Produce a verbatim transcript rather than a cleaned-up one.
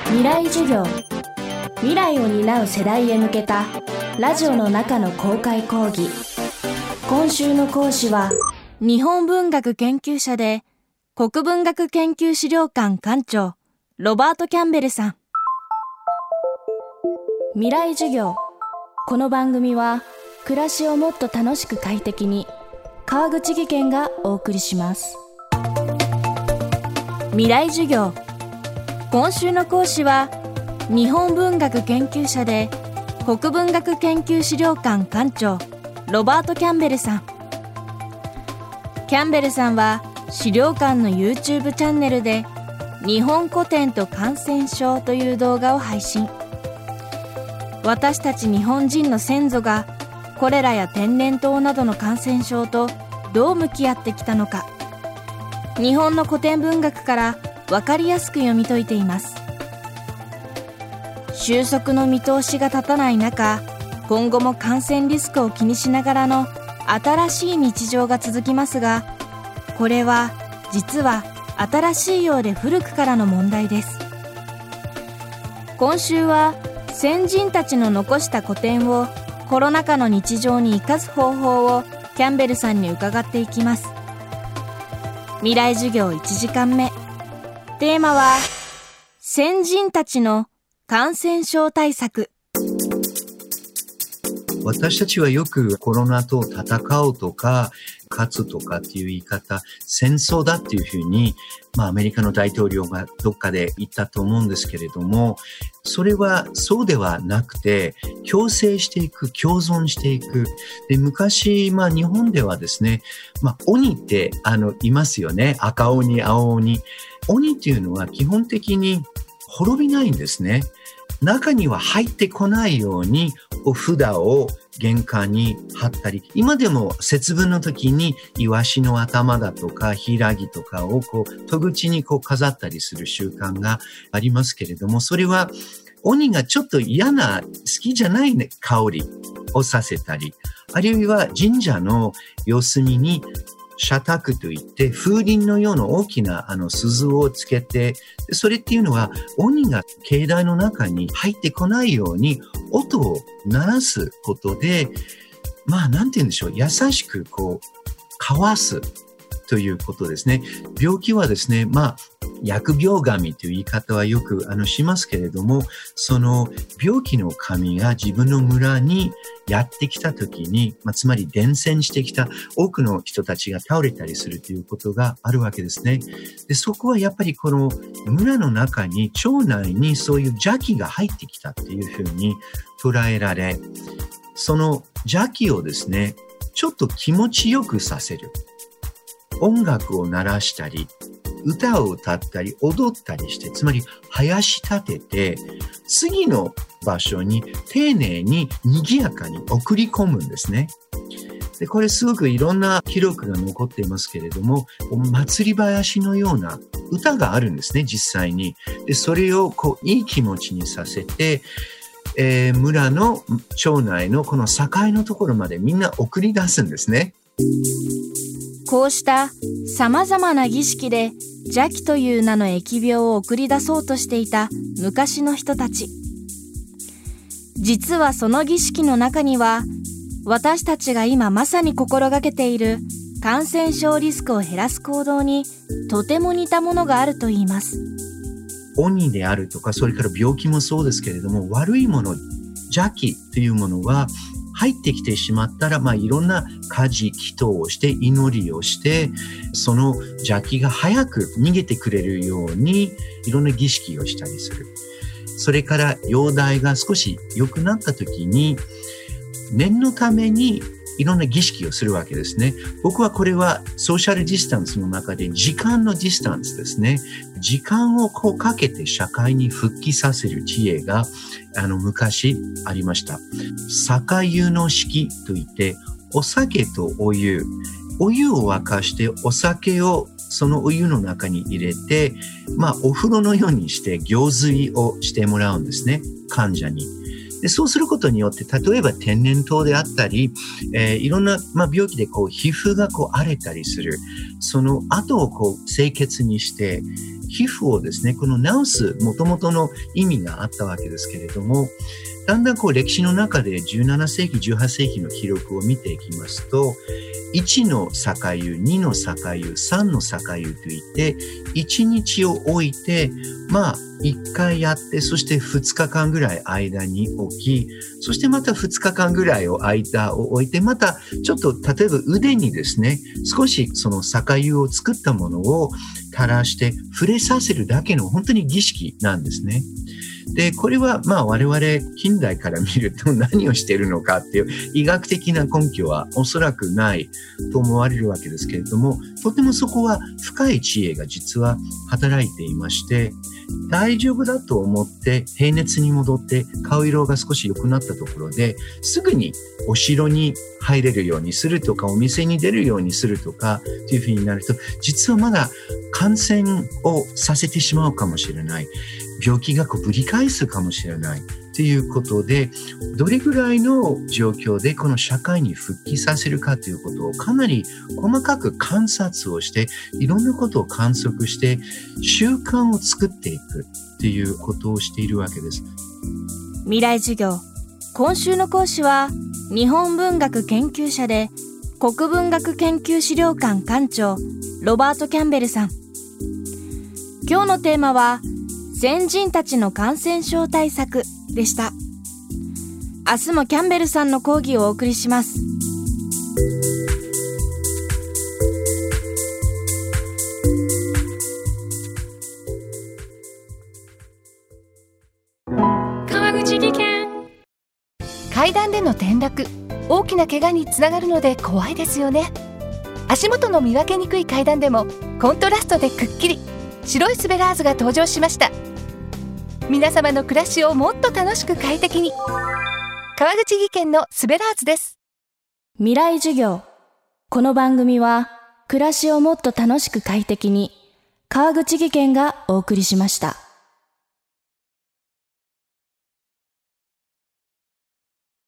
未来授業、未来を担う世代へ向けたラジオの中の公開講義。今週の講師は日本文学研究者で国文学研究資料館館長ロバート・キャンベルさん。未来授業、この番組は暮らしをもっと楽しく快適に、川口義賢がお送りします。未来授業、今週の講師は日本文学研究者で国文学研究資料館館長ロバート・キャンベルさん。キャンベルさんは資料館の YouTube チャンネルで日本古典と感染症という動画を配信。私たち日本人の先祖がコレラや天然痘などの感染症とどう向き合ってきたのか、日本の古典文学から分かりやすく読み解いています。収束の見通しが立たない中、今後も感染リスクを気にしながらの新しい日常が続きますが、これは実は新しいようで古くからの問題です。今週は先人たちの残した古典をコロナ禍の日常に生かす方法をキャンベルさんに伺っていきます。未来授業いちじかんめ、テーマは先人たちの感染症対策。 私たちはよくコロナと戦うとか勝つとかっていう言い方、戦争だっていうふうに、まあアメリカの大統領がどっかで言ったと思うんですけれども、それはそうではなくて、共生していく、共存していく。で、昔、まあ日本ではですね、まあ鬼ってあのいますよね。赤鬼、青鬼。鬼っていうのは基本的に滅びないんですね。中には入ってこないようにお札を玄関に貼ったり、今でも節分の時にイワシの頭だとかヒイラギとかをこう戸口にこう飾ったりする習慣がありますけれども、それは鬼がちょっと嫌な好きじゃない、ね、香りをさせたり、あるいは神社の四隅に社宅といって風鈴のような大きなあの鈴をつけて、それっていうのは鬼が境内の中に入ってこないように音を鳴らすことで、まあなんて言うんでしょう、優しくこうかわすということですね。病気はですね、まあ疫病神という言い方はよくあのしますけれども、その病気の神が自分の村にやってきたときに、まあ、つまり伝染してきた多くの人たちが倒れたりするということがあるわけですね。で、そこはやっぱりこの村の中に、町内にそういう邪気が入ってきたっていうふうに捉えられ、その邪気をですね、ちょっと気持ちよくさせる。音楽を鳴らしたり、歌を歌ったり踊ったりして、つまり生やし立てて、次の場所に丁寧に賑やかに送り込むんですね。で、これすごくいろんな記録が残っていますけれども、祭り囃子のような歌があるんですね、実際に。で、それをこういい気持ちにさせて、えー、村の町内のこの境のところまでみんな送り出すんですね。 こうした様々な儀式で邪気という名の疫病を送り出そうとしていた昔の人たち。実はその儀式の中には、私たちが今まさに心がけている感染症リスクを減らす行動にとても似たものがあるといいます。 鬼であるとか、それから病気もそうですけれども、悪いもの、邪気というものは入ってきてしまったら、まあいろんな家事、祈祷をして、祈りをして、その邪気が早く逃げてくれるように、いろんな儀式をしたりする。それから容体が少し良くなった時に、念のためにいろんな儀式をするわけですね。僕はこれはソーシャルディスタンスの中で時間のディスタンスですね。時間をこうかけて社会に復帰させる知恵があの昔ありました。酒湯の式といって、お酒とお湯、お湯を沸かしてお酒をそのお湯の中に入れて、まあお風呂のようにして行水をしてもらうんですね、患者に。でそうすることによって、例えば天然痘であったり、えー、いろんな、まあ、病気でこう皮膚がこう荒れたりする、その後をこう清潔にして、 皮膚をですね、この治す元々の意味があったわけですけれども、だんだんこう歴史の中でじゅうななせいき、じゅうはっせいきの記録を見ていきますと、いちの逆湯、にの逆湯、さんの逆湯といって、いちにちを置いて、まあ、いっかいやって、そしてふつかかんぐらい間に置き、そしてまたふつかかんぐらいを間を置いて、またちょっと例えば腕にですね、少しその逆湯を作ったものを垂らして触れさせるだけの本当に儀式なんですね。で、これはまあ我々近代から見ると何をしているのかっていう医学的な根拠はおそらくないと思われるわけですけれども、とてもそこは深い知恵が実は働いていまして、大丈夫だと思って平熱に戻って顔色が少し良くなったところですぐにお城に入れるようにするとかお店に出るようにするとかというふうになると、実はまだ感染をさせてしまうかもしれない。病気がこうぶり返すかもしれないということで、どれぐらいの状況でこの社会に復帰させるかということをかなり細かく観察をして、いろんなことを観測して習慣を作っていくということをしているわけです。 未来授業、今週の講師は日本文学研究者で国文学研究資料館館長ロバート・キャンベルさん。今日のテーマは先人たちの感染症対策でした。明日もキャンベルさんの講義をお送りします。 川口技研。階段での転落、大きな怪我につながるので怖いですよね。足元の見分けにくい階段でもコントラストでくっきり白いスベラーズが登場しました。皆様の暮らしをもっと楽しく快適に、川口技研のスベラーズです。 未来授業、この番組は暮らしをもっと楽しく快適に川口技研がお送りしました。